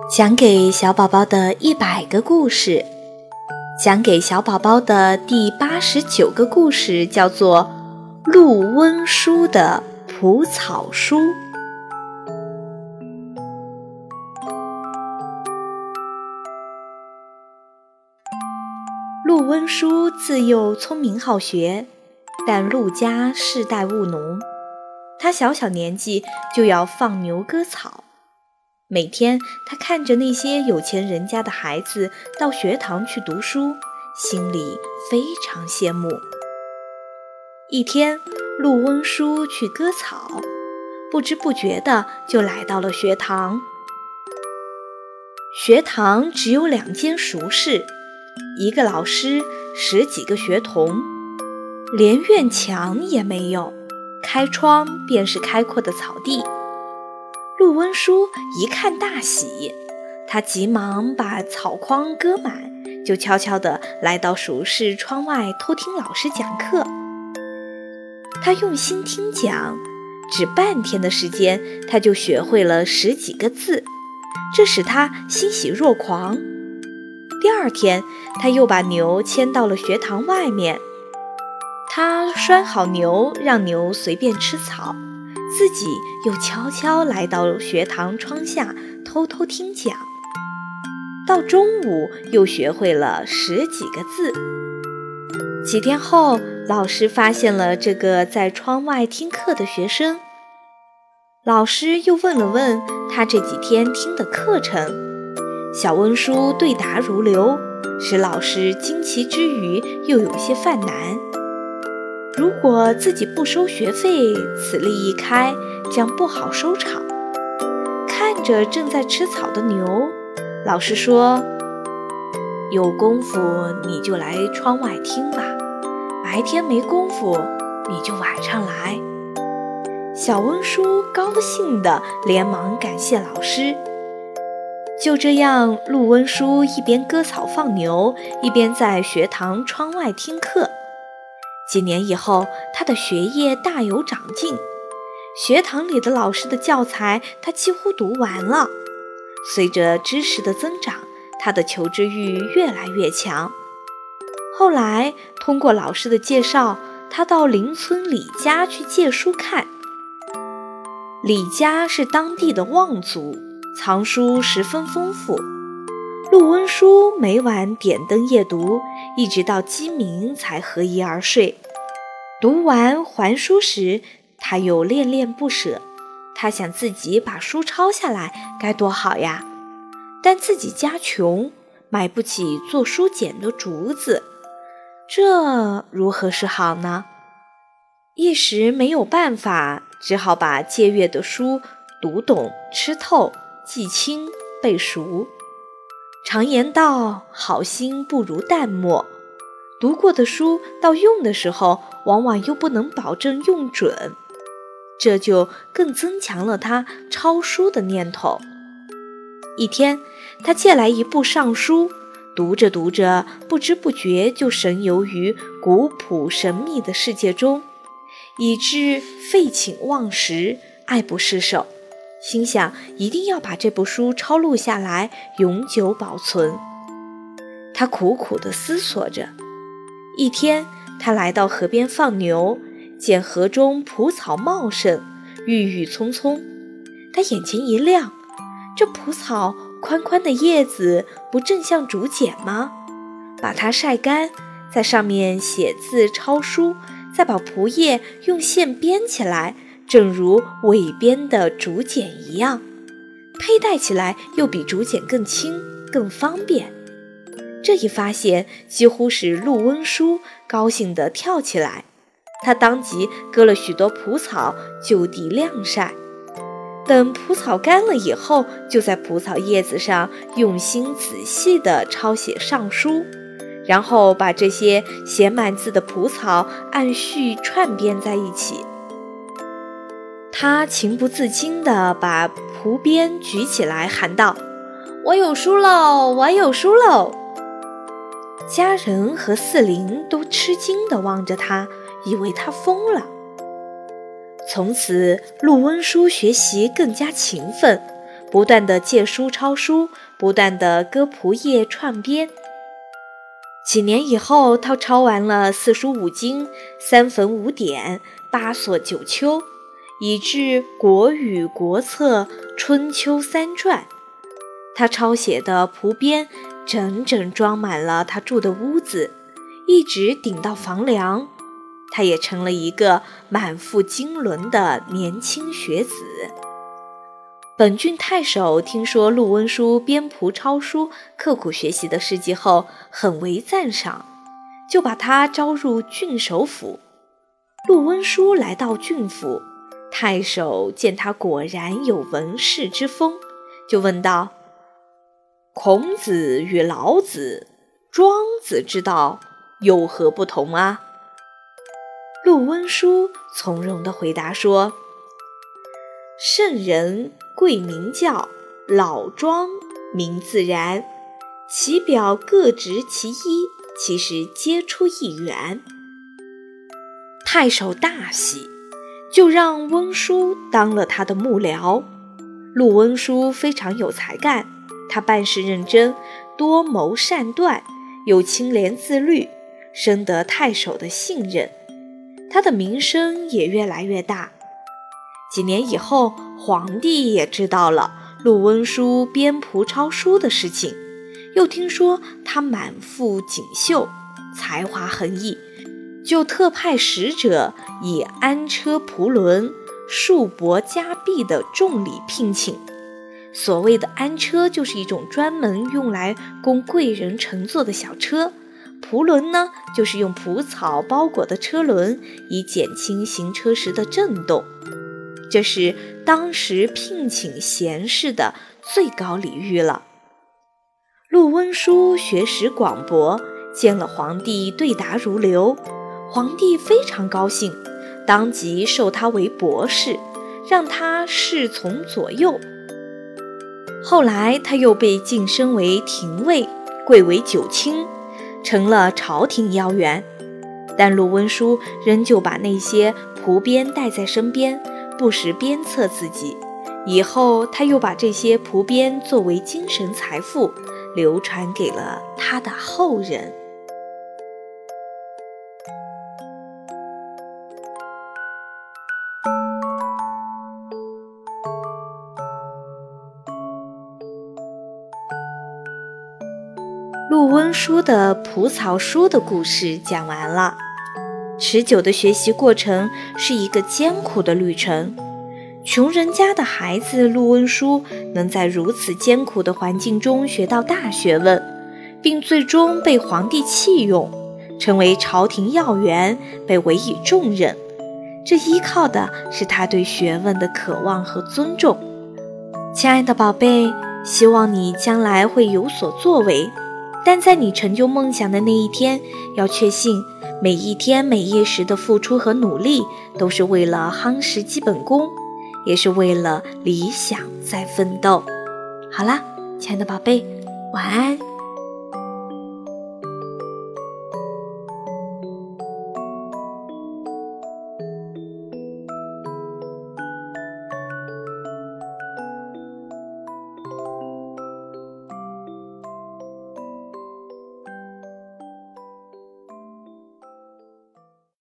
讲给小宝宝的100个故事，讲给小宝宝的第89个故事叫做陆温书的蒲草书。陆温书自幼聪明好学，但陆家世代务农，他小年纪就要放牛割草。每天他看着那些有钱人家的孩子到学堂去读书，心里非常羡慕。一天，陆温书去割草，不知不觉的就来到了学堂。学堂只有2间熟室，一个老师，10几个学童，连院墙也没有，开窗便是开阔的草地。陆温书一看大喜，他急忙把草筐割满，就悄悄地来到熟室窗外偷听老师讲课。他用心听讲，只半天的时间，他就学会了10几个字，这使他欣喜若狂。第2天，他又把牛牵到了学堂外面，他拴好牛，让牛随便吃草，自己又悄悄来到学堂窗下偷偷听讲。到中午又学会了10几个字。几天后，老师发现了这个在窗外听课的学生。老师又问了问他这几天听的课程，小温书对答如流，使老师惊奇之余又有些犯难。如果自己不收学费，此例一开，将不好收场。看着正在吃草的牛，老师说：“有功夫你就来窗外听吧，白天没功夫你就晚上来。”小温书高兴地连忙感谢老师。就这样，陆温书一边割草放牛，一边在学堂窗外听课。几年以后，他的学业大有长进，学堂里的老师的教材他几乎读完了。随着知识的增长，他的求知欲越来越强。后来通过老师的介绍，他到邻村李家去借书看。李家是当地的望族，藏书十分丰富。陆温书每晚点灯夜读，一直到鸡鸣才合衣而睡。读完还书时，他又恋恋不舍。他想自己把书抄下来，该多好呀！但自己家穷，买不起做书简的竹子，这如何是好呢？一时没有办法，只好把借阅的书读懂、吃透、记清、背熟。常言道，好心不如淡墨，读过的书到用的时候，往往又不能保证用准，这就更增强了他抄书的念头。一天，他借来一部尚书，读着读着，不知不觉就神游于古朴神秘的世界中，以致废寝忘食，爱不释手。心想一定要把这部书抄录下来，永久保存。他苦苦地思索着。一天，他来到河边放牛，见河中蒲草茂盛，郁郁葱葱。他眼前一亮，这蒲草宽宽的叶子不正像竹简吗？把它晒干，在上面写字抄书，再把蒲叶用线编起来，正如伪编的竹简一样，佩戴起来又比竹简更轻更方便。这一发现几乎使陆温书高兴地跳起来，他当即割了许多蒲草就地晾晒。等蒲草干了以后，就在蒲草叶子上用心仔细地抄写上书，然后把这些写满字的蒲草按序串编在一起。他情不自禁地把蒲鞭举起来，喊道：“我有书喽，我有书喽！”家人和四邻都吃惊地望着他，以为他疯了。从此，陆温书学习更加勤奋， 不断地借书抄书，不断地割蒲叶串编。几年以后，他抄完了4书5经、3坟5典、8所9丘，以至国语、国策、春秋3传。他抄写的蒲编整整装满了他住的屋子，一直顶到房梁。他也成了一个满腹经纶的年轻学子。本郡太守听说陆温书编蒲抄书、刻苦学习的事迹后，很为赞赏，就把他招入郡守府。陆温书来到郡府，太守见他果然有文士之风，就问道：孔子与老子、庄子之道有何不同啊？陆温书从容地回答说：圣人贵名教，老庄名自然，其表各执其一，其实皆出一源。太守大喜，就让温书当了他的幕僚。陆温书非常有才干，他办事认真，多谋善断，又清廉自律，深得太守的信任。他的名声也越来越大。几年以后，皇帝也知道了陆温书编蒲抄书的事情，又听说他满腹锦绣，才华横溢，就特派使者以安车蒲轮、束帛加币的重礼聘请。所谓的安车就是一种专门用来供贵人乘坐的小车，蒲轮呢，就是用蒲草包裹的车轮，以减轻行车时的震动。这是当时聘请贤士的最高礼遇了。陆温书学识广博，见了皇帝对答如流，皇帝非常高兴，当即授他为博士，让他侍从左右。后来他又被晋升为廷尉，贵为九卿，成了朝廷要员。但陆温书仍旧把那些蒲编带在身边，不时鞭策自己。以后他又把这些蒲编作为精神财富，流传给了他的后人。陆温书的蒲草书的故事讲完了。持久的学习过程是一个艰苦的旅程。穷人家的孩子陆温书能在如此艰苦的环境中学到大学问，并最终被皇帝器用，成为朝廷要员，被委以重任。这依靠的是他对学问的渴望和尊重。亲爱的宝贝，希望你将来会有所作为，但在你成就梦想的那一天，要确信每一天每一时的付出和努力都是为了夯实基本功，也是为了理想在奋斗。好啦，亲爱的宝贝，晚安。